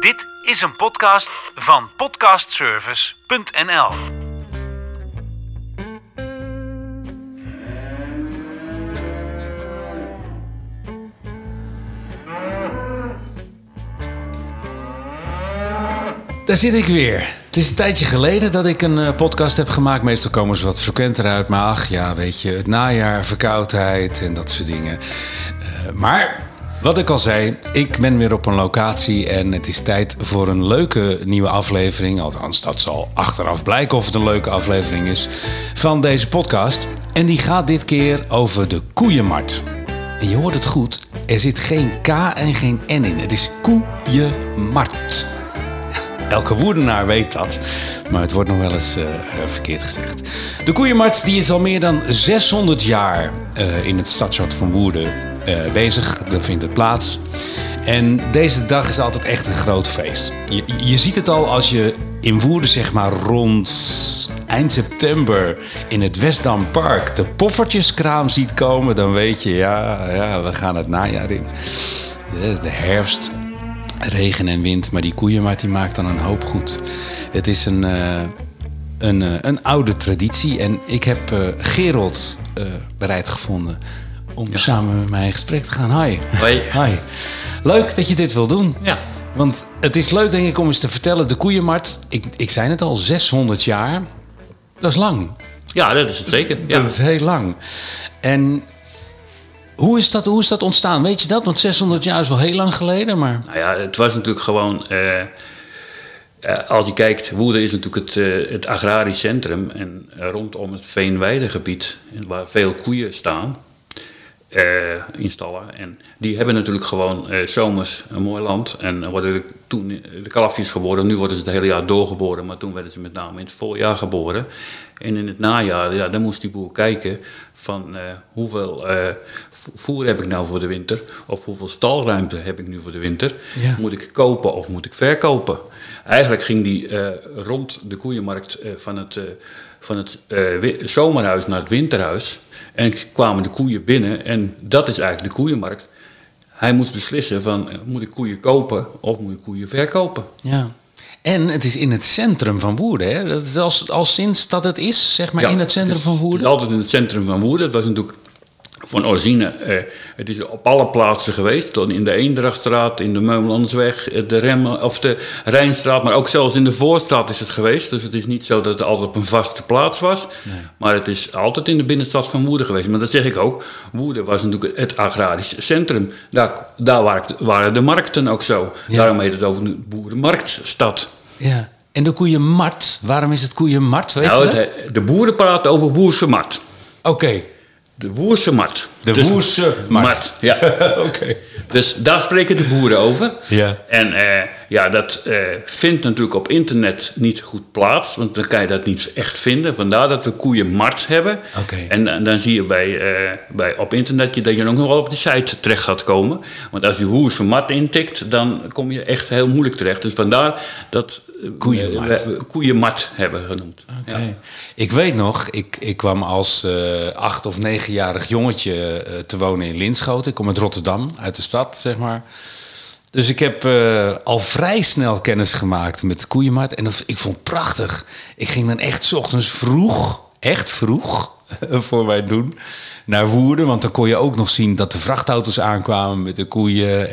Dit is een podcast van podcastservice.nl. Daar zit ik weer. Het is een tijdje geleden dat ik een podcast heb gemaakt. Meestal komen ze wat frequenter uit. Maar ach ja, weet je, het najaar, verkoudheid en dat soort dingen. Maar wat ik al zei, ik ben weer op een locatie en het is tijd voor een leuke nieuwe aflevering. Althans, dat zal achteraf blijken of het een leuke aflevering is van deze podcast. En die gaat dit keer over de koeienmarkt. En je hoort het goed, er zit geen K en geen N in. Het is koeienmarkt. Elke Woerdenaar weet dat, maar het wordt nog wel eens verkeerd gezegd. De koeienmarkt die is al meer dan 600 jaar in het stadshart van Woerden bezig. Daar vindt het plaats. En deze dag is altijd echt een groot feest. Je ziet het al als je in Woerden zeg maar rond eind september in het Westdampark de poffertjeskraam ziet komen. Dan weet je, ja, we gaan het najaar in. De herfst. Regen en wind, maar die koeienmarkt die maakt dan een hoop goed. Het is een oude traditie en ik heb Gerold bereid gevonden om samen met mij in gesprek te gaan. Hi. Hoi. Hi. Leuk dat je dit wil doen. Ja. Want het is leuk denk ik om eens te vertellen, de koeienmarkt, ik zei het al, 600 jaar, dat is lang. Ja, dat is het zeker. Ja. Dat is heel lang. En Hoe is dat ontstaan? Weet je dat? Want 600 jaar is wel heel lang geleden, maar... Nou ja, het was natuurlijk gewoon... als je kijkt, Woerden is natuurlijk het agrarisch centrum. En rondom het veenweidegebied, waar veel koeien staan, in stallen. En die hebben natuurlijk gewoon zomers een mooi land. En worden toen de kalfjes geboren. Nu worden ze het hele jaar doorgeboren, maar toen werden ze met name in het voorjaar geboren. En in het najaar, ja, dan moest die boer kijken van hoeveel voer heb ik nou voor de winter? Of hoeveel stalruimte heb ik nu voor de winter? Ja. Moet ik kopen of moet ik verkopen? Eigenlijk ging die rond de koeienmarkt van het zomerhuis naar het winterhuis. En kwamen de koeien binnen en dat is eigenlijk de koeienmarkt. Hij moest beslissen van moet ik koeien kopen of moet ik koeien verkopen? Ja. En het is in het centrum van Woerden, hè? Dat is al sinds dat het is, zeg maar, Ja, in het centrum van Woerden? Het is altijd in het centrum van Woerden. Het was natuurlijk van origine, het is op alle plaatsen geweest. Tot in de Eendrachtstraat, in de Meumelandsweg, de Rijnstraat. Maar ook zelfs in de Voorstraat is het geweest. Dus het is niet zo dat het altijd op een vaste plaats was. Nee. Maar het is altijd in de binnenstad van Woerden geweest. Maar dat zeg ik ook. Woerden was natuurlijk het agrarisch centrum. Daar waren de markten ook zo. Ja. Daarom heet het over de boerenmarktstad. Ja. En de koeienmarkt, waarom is het koeienmarkt? Weet je dat? De boeren praten over Woerse markt. Oké. De Woerse markt. De Woerse markt. Ja. Oké. Dus daar spreken de boeren over. Ja. En dat vindt natuurlijk op internet niet goed plaats. Want dan kan je dat niet echt vinden. Vandaar dat we koeienmarkt hebben. Okay. En dan zie je bij op internet dat je ook nog wel op die site terecht gaat komen. Want als je Woerse markt intikt, dan kom je echt heel moeilijk terecht. Dus vandaar dat we koeienmarkt hebben genoemd. Okay. Ja. Ik weet nog, ik kwam als 8 of 9-jarig jongetje te wonen in Linschoten. Ik kom uit Rotterdam, uit de stad, zeg maar. Dus ik heb al vrij snel kennis gemaakt met de koeienmarkt. En ik vond het prachtig. Ik ging dan echt 's ochtends vroeg, echt vroeg, voor mij doen, naar Woerden. Want dan kon je ook nog zien dat de vrachtauto's aankwamen met de koeien.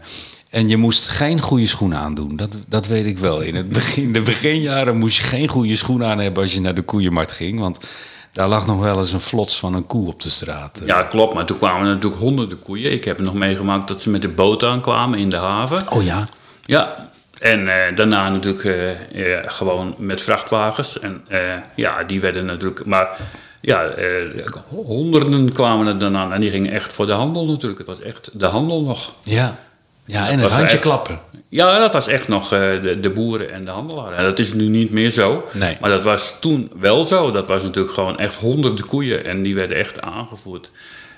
En je moest geen goede schoenen aandoen. Dat weet ik wel. In de beginjaren moest je geen goede schoenen aan hebben als je naar de koeienmarkt ging. Want daar lag nog wel eens een flots van een koe op de straat. Ja, klopt. Maar toen kwamen er natuurlijk honderden koeien. Ik heb nog meegemaakt dat ze met de boot aankwamen in de haven. Oh ja? Ja. En daarna natuurlijk gewoon met vrachtwagens. En die werden natuurlijk... Maar ja, honderden kwamen er dan aan. En die gingen echt voor de handel natuurlijk. Het was echt de handel nog. Ja. Ja, en het handje klappen. Ja, dat was echt nog de boeren en de handelaren. En dat is nu niet meer zo. Nee. Maar dat was toen wel zo. Dat was natuurlijk gewoon echt honderden koeien. En die werden echt aangevoerd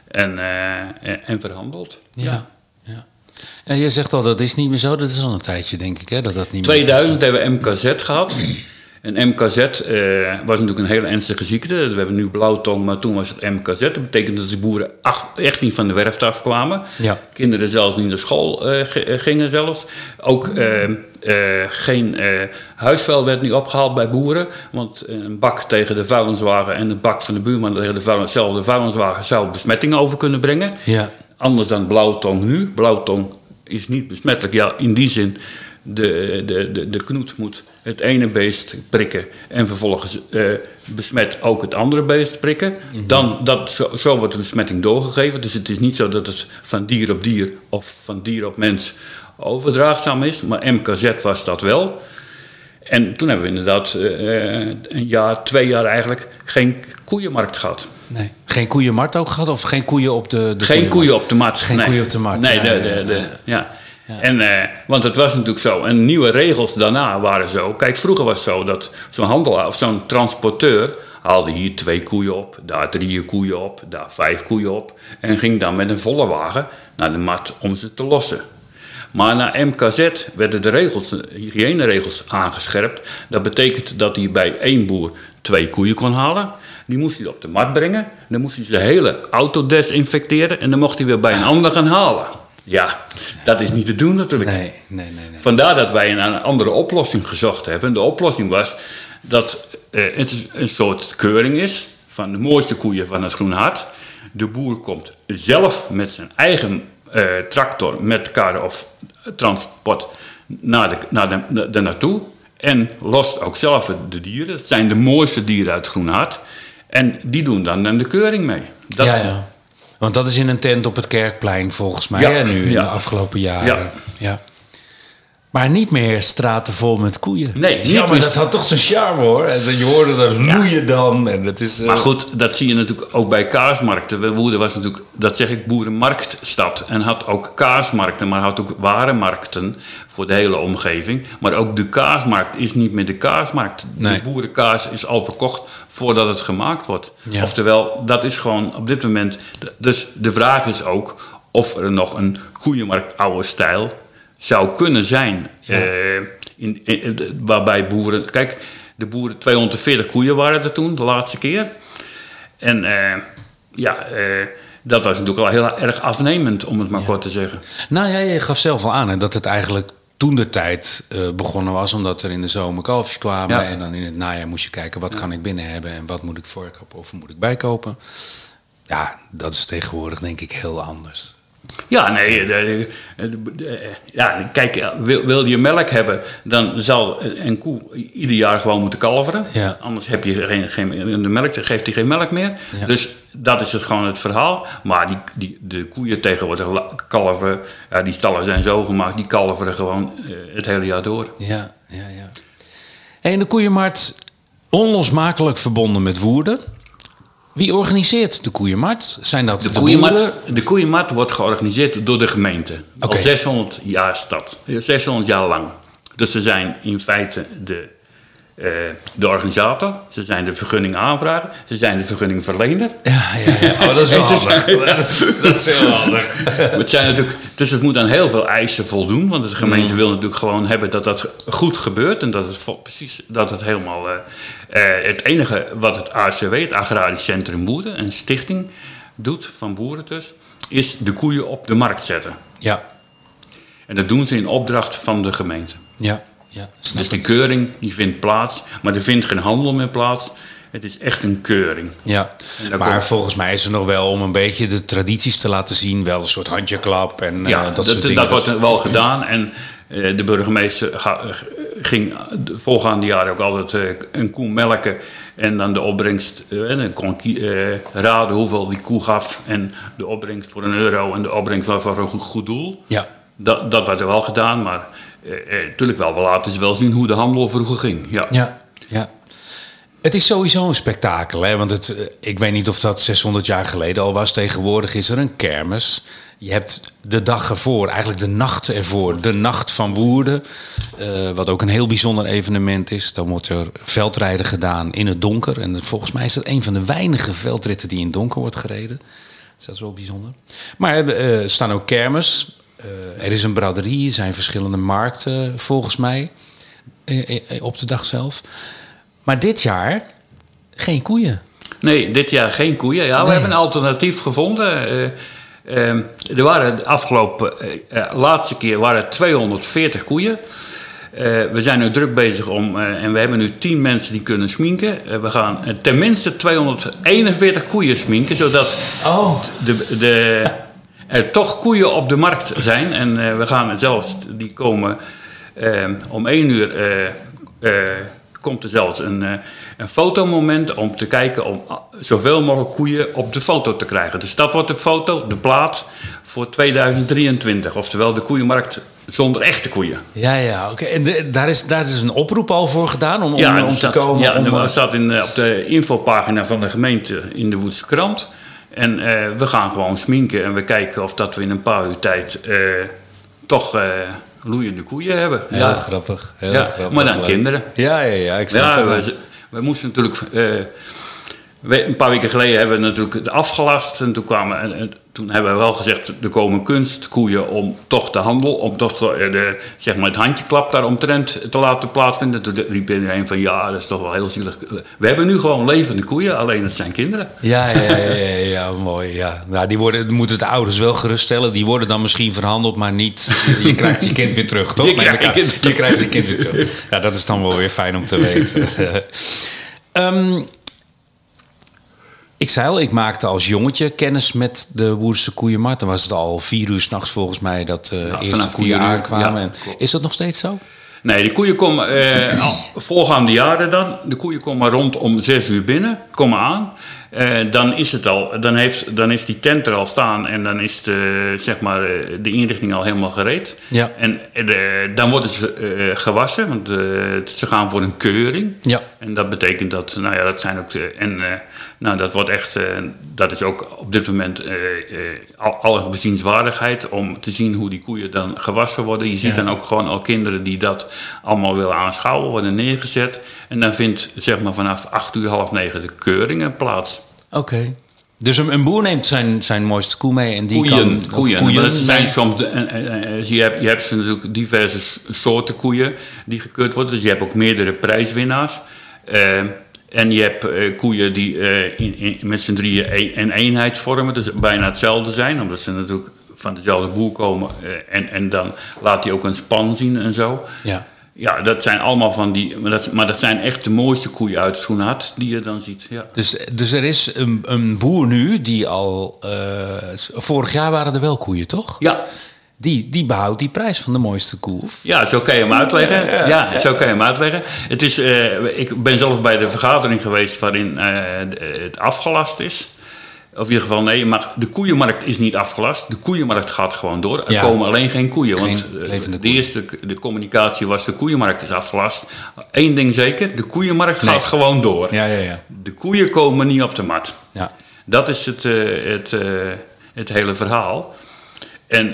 en verhandeld. Ja. En je zegt al, dat is niet meer zo. Dat is al een tijdje, denk ik, hè? Dat niet 2000 hebben we MKZ gehad. En MKZ was natuurlijk een hele ernstige ziekte. We hebben nu blauwtong, maar toen was het MKZ. Dat betekent dat de boeren echt niet van de werf afkwamen. Ja. Kinderen zelfs niet naar school gingen zelfs. Ook Geen huisvuil werd niet opgehaald bij boeren. Want een bak tegen de vuilniswagen en een bak van de buurman tegen dezelfde vuilniswagen zou besmetting over kunnen brengen. Ja. Anders dan blauwtong nu. Blauwtong is niet besmettelijk. Ja, in die zin, de knoet moet het ene beest prikken en vervolgens besmet ook het andere beest prikken. Zo wordt de besmetting doorgegeven. Dus het is niet zo dat het van dier op dier of van dier op mens overdraagzaam is. Maar MKZ was dat wel. En toen hebben we inderdaad een jaar, 2 jaar eigenlijk geen koeienmarkt gehad. Nee. Geen koeienmarkt ook gehad? Of geen koeien op de geen koeien op de markt. Geen koeien op de markt. Nee, ja. En, want het was natuurlijk zo. En nieuwe regels daarna waren zo. Kijk, vroeger was het zo dat zo'n handelaar of zo'n transporteur haalde hier 2 koeien op, daar 3 koeien op, daar 5 koeien op. En ging dan met een volle wagen naar de markt om ze te lossen. Maar na MKZ werden de hygiëneregels aangescherpt. Dat betekent dat hij bij 1 boer 2 koeien kon halen. Die moest hij op de markt brengen. Dan moest hij zijn hele auto desinfecteren. En dan mocht hij weer bij een ander gaan halen. Ja, dat is niet te doen natuurlijk. Nee. Vandaar dat wij naar een andere oplossing gezocht hebben. De oplossing was dat het een soort keuring is van de mooiste koeien van het Groene Hart. De boer komt zelf met zijn eigen tractor met kar of transport naar naartoe. En lost ook zelf de dieren. Dat zijn de mooiste dieren uit het Groene Hart. En die doen dan de keuring mee. Ja. Want dat is in een tent op het Kerkplein volgens mij, hè, nu in de afgelopen jaren. Ja. Maar niet meer straten vol met koeien. Nee, maar dat had toch zijn charme, hoor. En je hoorde dat loeien dan. En dat is, Maar goed, dat zie je natuurlijk ook bij kaasmarkten. Woerden was natuurlijk, dat zeg ik, boerenmarktstad. En had ook kaasmarkten, maar had ook warenmarkten voor de hele omgeving. Maar ook de kaasmarkt is niet meer de kaasmarkt. Nee. De boerenkaas is al verkocht voordat het gemaakt wordt. Ja. Oftewel, dat is gewoon op dit moment... Dus de vraag is ook of er nog een koeienmarkt oude stijl zou kunnen zijn. Ja. Waarbij boeren... Kijk, de boeren, 240 koeien waren er toen, de laatste keer. En dat was natuurlijk al heel erg afnemend, om het maar kort te zeggen. Nou ja, je gaf zelf al aan, hè, dat het eigenlijk toen de tijd begonnen was, omdat er in de zomer kalfjes kwamen. Ja. En dan in het najaar moest je kijken, wat kan ik binnen hebben en wat moet ik voorkopen of moet ik bijkopen. Ja, dat is tegenwoordig denk ik heel anders. Ja, nee. Kijk, wil je melk hebben, dan zal een koe ieder jaar gewoon moeten kalveren. Ja. Anders heb je de melk, dan geeft hij geen melk meer. Ja. Dus dat is gewoon het verhaal. Maar de koeien tegenwoordig kalveren, die stallen zijn zo gemaakt, die kalveren gewoon het hele jaar door. Ja. En de koeienmarkt, onlosmakelijk verbonden met Woerden. Wie organiseert de koeienmarkt? Zijn dat de boeren? De koeienmarkt wordt georganiseerd door de gemeente. Okay. Al 600 jaar stad. 600 jaar lang. Dus ze zijn in feite de organisator. Ze zijn de vergunning aanvrager. Ze zijn de vergunningverlener. Ja. Oh, dat is wel handig. Dat is heel handig. Dus het moet aan heel veel eisen voldoen. Want de gemeente wil natuurlijk gewoon hebben dat dat goed gebeurt. En dat het helemaal... het enige wat het ACW, het Agrarisch Centrum Woerden, een stichting, doet van boeren dus, is de koeien op de markt zetten. Ja. En dat doen ze in opdracht van de gemeente. Ja. Dus die keuring die vindt plaats, maar er vindt geen handel meer plaats. Het is echt een keuring. Ja, maar volgens mij is er nog wel, om een beetje de tradities te laten zien, wel een soort handjeklap en dat soort dingen. Dat wordt wel gedaan. En de burgemeester ging de voorgaande jaren ook altijd een koe melken. En dan de opbrengst, dan kon raden hoeveel die koe gaf. En de opbrengst voor €1 en de opbrengst was voor een goed doel. Ja. Dat werd er wel gedaan, maar natuurlijk wel. We laten ze wel zien hoe de handel vroeger ging. Ja. Het is sowieso een spektakel, hè? Want ik weet niet of dat 600 jaar geleden al was. Tegenwoordig is er een kermis. Je hebt de dag ervoor, eigenlijk de nacht ervoor, de Nacht van Woerden. Wat ook een heel bijzonder evenement is. Dan wordt er veldrijden gedaan in het donker. En volgens mij is dat een van de weinige veldritten die in het donker wordt gereden. Dus dat is wel bijzonder. Maar er staan ook kermis. Er is een braderie, er zijn verschillende markten volgens mij op de dag zelf. Maar dit jaar geen koeien. Nee, dit jaar geen koeien. Ja, we hebben een alternatief gevonden. Er waren de afgelopen laatste keer waren 240 koeien. We zijn nu druk bezig en we hebben nu 10 mensen die kunnen sminken. We gaan tenminste 241 koeien sminken, zodat er toch koeien op de markt zijn. En we gaan zelfs, die komen om 1 uur, komt er zelfs een fotomoment om te kijken om zoveel mogelijk koeien op de foto te krijgen. Dus dat wordt de foto, de plaat voor 2023. Oftewel de koeienmarkt zonder echte koeien. Ja, oké. En daar is een oproep al voor gedaan om te komen? Ja, dat staat op de infopagina van de gemeente in de Woerdse Krant. En we gaan gewoon sminken en we kijken of dat we in een paar uur tijd toch loeiende koeien hebben. Heel grappig. Heel grappig. Maar dan kinderen. Ja, ik snap het. We moesten natuurlijk... een paar weken geleden hebben we natuurlijk het afgelast. En toen hebben we wel gezegd, er komen kunstkoeien om toch de handel, om toch zeg maar het handjeklap daaromtrent te laten plaatsvinden. Toen riep iedereen van ja, dat is toch wel heel zielig. We hebben nu gewoon levende koeien, alleen het zijn kinderen. Ja, mooi. Ja. Nou, moeten de ouders wel geruststellen. Die worden dan misschien verhandeld, maar niet. Je krijgt je kind weer terug, toch? Je krijgt je kind weer terug. Ja, dat is dan wel weer fijn om te weten. Ik zei al, ik maakte als jongetje kennis met de Woerdse koeienmarkt. Dan was het al 4 uur 's nachts volgens mij dat de eerste koeien aankwamen. Ja, is dat nog steeds zo? Nee, de koeien komen voorgaande jaren dan. De koeien komen rond om 6 uur binnen, komen aan. Dan is het al, dan is die tent er al staan en dan is de inrichting al helemaal gereed. Ja. En dan worden ze gewassen, want ze gaan voor een keuring. Ja. En dat betekent dat, dat zijn ook dat wordt echt, dat is ook op dit moment alle bezienswaardigheid om te zien hoe die koeien dan gewassen worden. Je ziet dan ook gewoon al kinderen die dat allemaal willen aanschouwen, worden neergezet. En dan vindt zeg maar vanaf 8 uur, half 9 de keuringen plaats. Oké. Dus een boer neemt zijn mooiste koe mee en die koeien. Dat zijn soms, je hebt ze natuurlijk diverse soorten koeien die gekeurd worden. Dus je hebt ook meerdere prijswinnaars. En je hebt koeien die met z'n drieën een eenheid vormen, dus bijna hetzelfde zijn, omdat ze natuurlijk van dezelfde boer komen. En dan laat hij ook een span zien en zo. Ja. Ja, dat zijn allemaal van die... Maar dat zijn echt de mooiste koeien uit Schoenhard die je dan ziet. Ja. Dus er is een boer nu die al... vorig jaar waren er wel koeien, toch? Ja. Die behoudt die prijs van de mooiste koe? Of? Ja, zo kan je hem uitleggen. Ja, zo kan je hem uitleggen. Het is, ik ben zelf bij de vergadering geweest waarin het afgelast is. Of in ieder geval, nee, maar de koeienmarkt is niet afgelast. De koeienmarkt gaat gewoon door. Er komen alleen geen koeien. Want de communicatie was, de koeienmarkt is afgelast. Eén ding zeker, de koeienmarkt gaat gewoon door. Ja. De koeien komen niet op de mat. Ja. Dat is het hele verhaal. En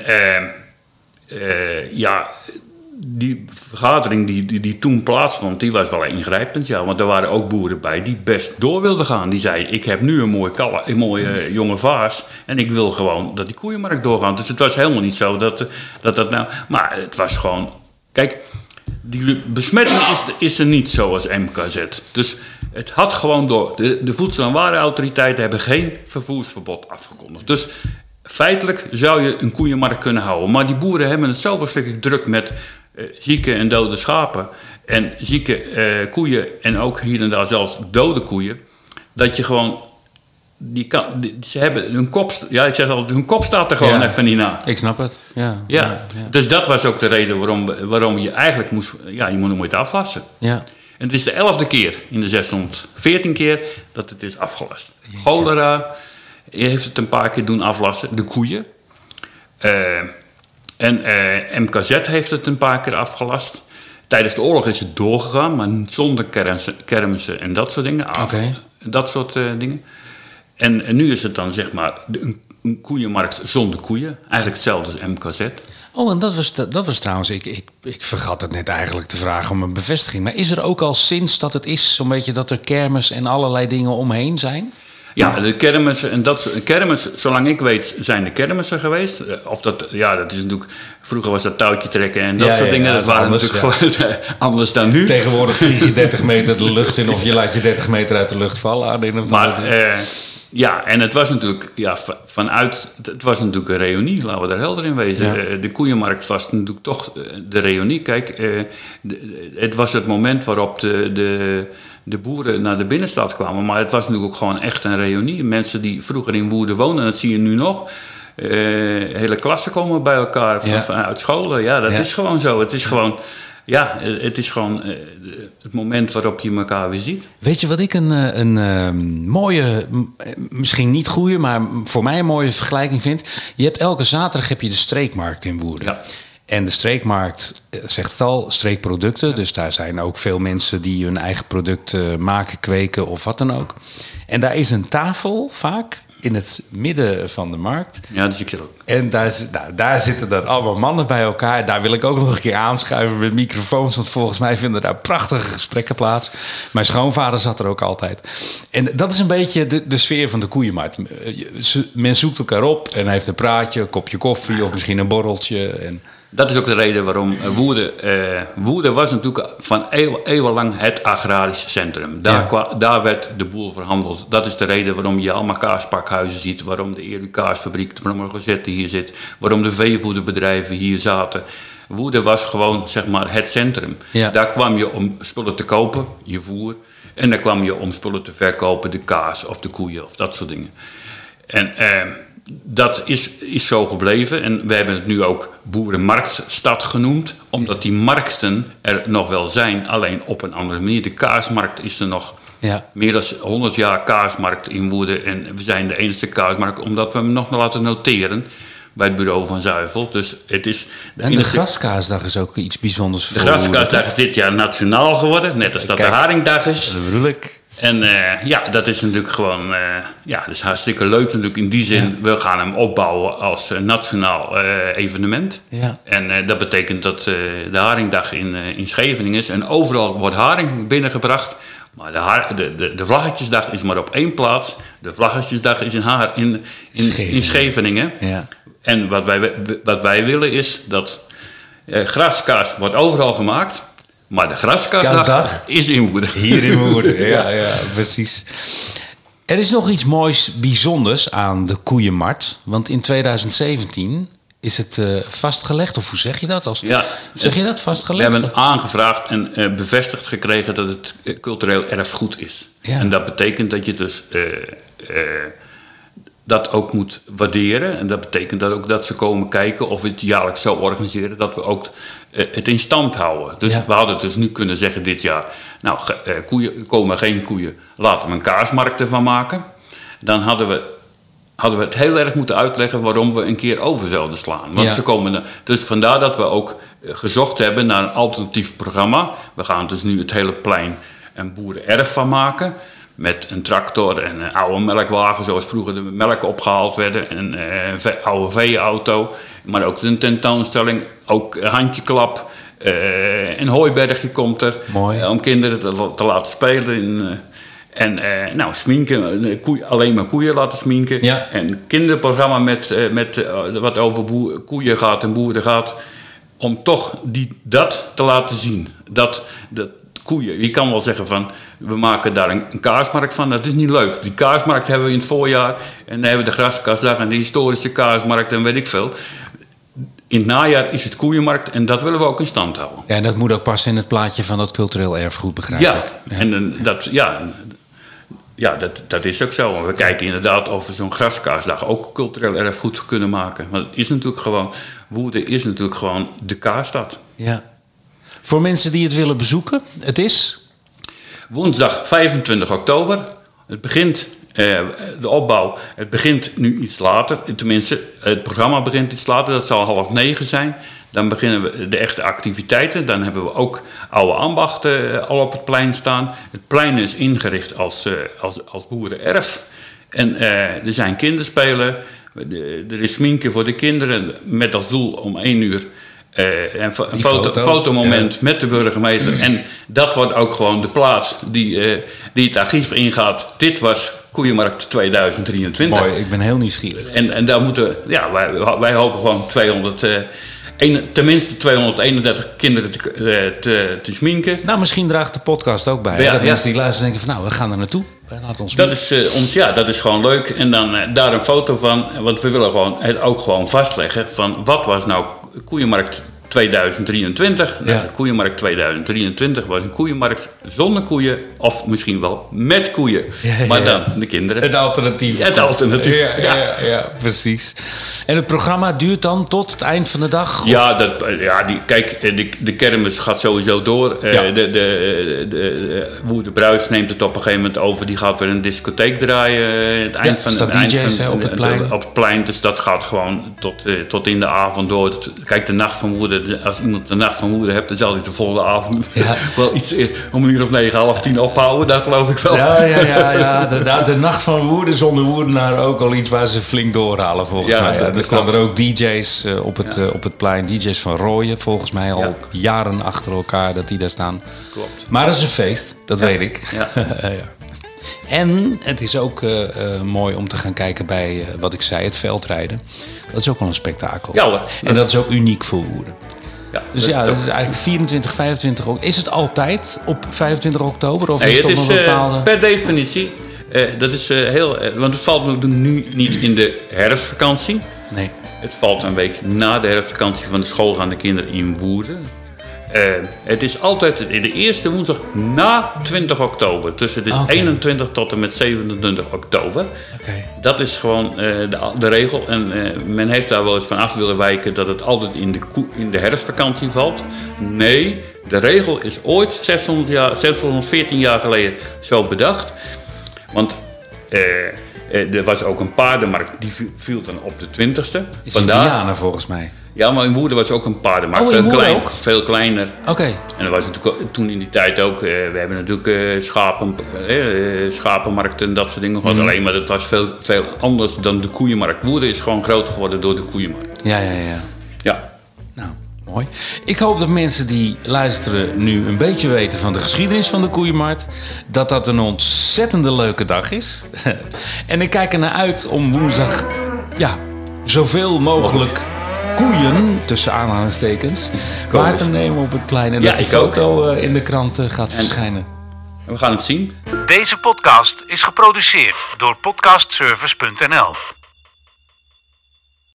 die vergadering die toen plaatsvond, die was wel ingrijpend. Ja, want er waren ook boeren bij die best door wilden gaan. Die zeiden, ik heb nu een mooie jonge vaas en ik wil gewoon dat die koeienmarkt doorgaat. Dus het was helemaal niet zo dat nou... Maar het was gewoon... Kijk, die besmetting is er niet zoals MKZ. Dus het had gewoon door. De Voedsel- en Warenautoriteiten hebben geen vervoersverbod afgekondigd. Dus... feitelijk zou je een koeienmarkt kunnen houden. Maar die boeren hebben het zo verschrikkelijk druk met zieke en dode schapen. En zieke koeien en ook hier en daar zelfs dode koeien. Dat je gewoon... ze hebben hun kop... Ja, ik zeg altijd, hun kop staat er gewoon even niet na. Ik snap het. Ja. Dus dat was ook de reden waarom je eigenlijk moest... Ja, je moet het aflassen. Ja. En het is de 11e keer in de 614 keer dat het is afgelast. Cholera... Je heeft het een paar keer doen aflassen, de koeien. En MKZ heeft het een paar keer afgelast. Tijdens de oorlog is het doorgegaan, maar zonder kermissen en dat soort dingen. Okay. Dat soort dingen. En nu is het dan zeg maar een koeienmarkt zonder koeien. Eigenlijk hetzelfde als MKZ. Oh, en dat was trouwens... Ik vergat het net eigenlijk te vragen om een bevestiging. Maar is er ook al sinds dat het is zo'n beetje dat er kermis en allerlei dingen omheen zijn? Ja, de kermissen, zolang ik weet, zijn de kermissen geweest. Dat is natuurlijk Vroeger was dat touwtje trekken en dat soort dingen. Dat waren anders, natuurlijk gewoon anders dan nu. Tegenwoordig vlieg je 30 meter de lucht in of je laat je 30 meter uit de lucht vallen. En het was natuurlijk het was natuurlijk een reunie, laten we daar helder in wezen. Ja. De koeienmarkt was natuurlijk toch de reunie. Kijk, het was het moment waarop de boeren naar de binnenstad kwamen. Maar het was natuurlijk ook gewoon echt een reunie. Mensen die vroeger in Woerden woonden, dat zie je nu nog. Hele klassen komen bij elkaar vanuit scholen. Ja, dat is gewoon zo. Het is gewoon... Ja, het is gewoon het moment waarop je elkaar weer ziet. Weet je wat ik een mooie, misschien niet goede, maar voor mij een mooie vergelijking vind? Je hebt elke zaterdag heb je de streekmarkt in Woerden. Ja. En de streekmarkt zegt het al, streekproducten. Ja. Dus daar zijn ook veel mensen die hun eigen producten maken, kweken of wat dan ook. En daar is een tafel vaak in het midden van de markt. Ja, dus ik zit ook. En daar zitten dan allemaal mannen bij elkaar. Daar wil ik ook nog een keer aanschuiven met microfoons. Want volgens mij vinden daar prachtige gesprekken plaats. Mijn schoonvader zat er ook altijd. En dat is een beetje de sfeer van de koeienmarkt. Men zoekt elkaar op en heeft een praatje, een kopje koffie of misschien een borreltje. En dat is ook de reden waarom Woerden was natuurlijk van eeuwenlang het agrarisch centrum. Daar werd de boel verhandeld. Dat is de reden waarom je allemaal kaaspakhuizen ziet. Waarom de Eru kaasfabriek, waarom de Rosette hier zit. Waarom de veevoederbedrijven hier zaten. Woerden was gewoon zeg maar het centrum. Ja. Daar kwam je om spullen te kopen, je voer. En daar kwam je om spullen te verkopen, de kaas of de koeien of dat soort dingen. En dat is zo gebleven. En we hebben het nu ook Boerenmarktstad genoemd. Omdat die markten er nog wel zijn, alleen op een andere manier. De kaasmarkt is er nog meer dan 100 jaar kaasmarkt in Woerden. En we zijn de enige kaasmarkt, omdat we hem nog laten noteren bij het bureau van Zuivel. Dus het is de Graskaasdag is ook iets bijzonders. De Graskaasdag is dit jaar nationaal geworden. Net als dat de Haringdag is. Dat bedoel ik. En dat is natuurlijk gewoon... dat is hartstikke leuk natuurlijk in die zin. Ja. We gaan hem opbouwen als nationaal evenement. Ja. En dat betekent dat de Haringdag in Scheveningen is. En overal wordt haring binnengebracht. Maar de Vlaggetjesdag is maar op één plaats. De Vlaggetjesdag is in Scheveningen. Ja. En wat wij willen is dat graskaas wordt overal gemaakt... Maar de Graskaasdag is in Woerden. Hier in Woerden, ja, precies. Er is nog iets moois, bijzonders aan de koeienmarkt. Want in 2017 is het vastgelegd, of hoe zeg je dat? Zeg je dat, vastgelegd? We hebben aangevraagd en bevestigd gekregen dat het cultureel erfgoed is. Ja. En dat betekent dat je dus dat ook moet waarderen. En dat betekent dat ook dat ze komen kijken of we het jaarlijks zo organiseren dat we ook het in stand houden. Dus we hadden dus nu kunnen zeggen dit jaar, nou, koeien, komen geen koeien, laten we een kaasmarkt ervan maken. Dan hadden we het heel erg moeten uitleggen waarom we een keer over zouden slaan. Want ze komen dus vandaar dat we ook gezocht hebben naar een alternatief programma. We gaan dus nu het hele plein een boerenerf van maken. Met een tractor en een oude melkwagen, zoals vroeger de melk opgehaald werden. En een oude veeauto. Maar ook een tentoonstelling, ook een handjeklap. Een hooibergje komt er. Mooi. Om kinderen te laten spelen. Sminken. Alleen maar koeien laten sminken. Ja. En kinderprogramma met wat over koeien gaat en boeren gaat. Om toch dat te laten zien. Dat koeien. Je kan wel zeggen van, we maken daar een kaasmarkt van. Dat is niet leuk. Die kaasmarkt hebben we in het voorjaar. En dan hebben we de Graskaasdag en de historische kaasmarkt en weet ik veel. In het najaar is het koeienmarkt en dat willen we ook in stand houden. Ja, en dat moet ook passen in het plaatje van dat cultureel erfgoed, begrijp ik. En dat is ook zo. We kijken inderdaad of we zo'n Graskaasdag ook cultureel erfgoed kunnen maken. Want het is natuurlijk gewoon, Woerden is natuurlijk gewoon de kaasstad. Ja. Voor mensen die het willen bezoeken, het is? Woensdag 25 oktober. Het begint, de opbouw, het begint nu iets later. Tenminste, het programma begint iets later. Dat zal 8:30 zijn. Dan beginnen we de echte activiteiten. Dan hebben we ook oude ambachten al op het plein staan. Het plein is ingericht als boerenerf. En er zijn kinderspelen. Er is sminken voor de kinderen met als doel om 1 uur... een fotomoment met de burgemeester. En dat wordt ook gewoon de plaats die het archief ingaat. Dit was Koeienmarkt 2023. Mooi, ik ben heel nieuwsgierig. En daar moeten, wij hopen gewoon 200 tenminste 231 kinderen te schminken. Nou, misschien draagt de podcast ook bij. Dat mensen die luisteren denken van, nou, we gaan er naartoe. Laat ons dat is gewoon leuk. En dan daar een foto van. Want we willen het ook gewoon vastleggen van wat was nou Koeienmarkt 2023. Ja. De Koeienmarkt 2023 was een koeienmarkt zonder koeien. Of misschien wel met koeien. Maar dan de kinderen. Het alternatief. Ja, precies. En het programma duurt dan tot het eind van de dag? Of? De kermis gaat sowieso door. Woerde Bruis neemt het op een gegeven moment over. Die gaat weer een discotheek draaien. Het eind van DJ's op het plein. Op het plein. Dus dat gaat gewoon tot in de avond door. Kijk, de Nacht van Woerden. Als iemand de Nacht van Woerden hebt, dan zal hij de volgende avond wel iets om 1:00 of 9, 9:30 ophouden. Dat geloof ik wel. Ja. De Nacht van Woerden zonder Woerdenaar ook al iets waar ze flink doorhalen volgens mij. Er staan er ook DJ's op het plein. DJ's van Rooyen volgens mij al jaren achter elkaar dat die daar staan. Klopt. Maar dat is een feest, dat weet ik. Ja. En het is ook mooi om te gaan kijken bij, wat ik zei, het veldrijden. Dat is ook wel een spektakel. Ja hoor. En dat is ook uniek voor Woerden. Ja, dus dat is eigenlijk 24, 25 oktober. Is het altijd op 25 oktober? Of is het op een bepaalde... per definitie. Dat is want het valt nu niet in de herfstvakantie. Nee. Het valt een week na de herfstvakantie van de schoolgaande kinderen in Woerden. Het is altijd de eerste woensdag na 20 oktober. Dus het is 21 tot en met 27 oktober. Okay. Dat is gewoon de regel. En men heeft daar wel eens van af willen wijken dat het altijd in de herfstvakantie valt. Nee, de regel is ooit 614 jaar geleden zo bedacht. Want er was ook een paardenmarkt, die viel dan op de 20e. Is Indianen volgens mij. Ja, maar in Woerden was ook een paardenmarkt. Veel kleiner. Oké. En dat was natuurlijk toen in die tijd ook. We hebben natuurlijk schapenmarkten en dat soort dingen gehad. Alleen maar dat was veel anders dan de koeienmarkt. Woerden is gewoon groot geworden door de koeienmarkt. Ja. Nou, mooi. Ik hoop dat mensen die luisteren nu een beetje weten van de geschiedenis van de koeienmarkt. Dat een ontzettende leuke dag is. En ik kijk er naar uit om woensdag zoveel mogelijk koeien, tussen aanhalingstekens, waar te nemen op het plein. En dat die foto in de krant gaat verschijnen. We gaan het zien. Deze podcast is geproduceerd door podcastservice.nl.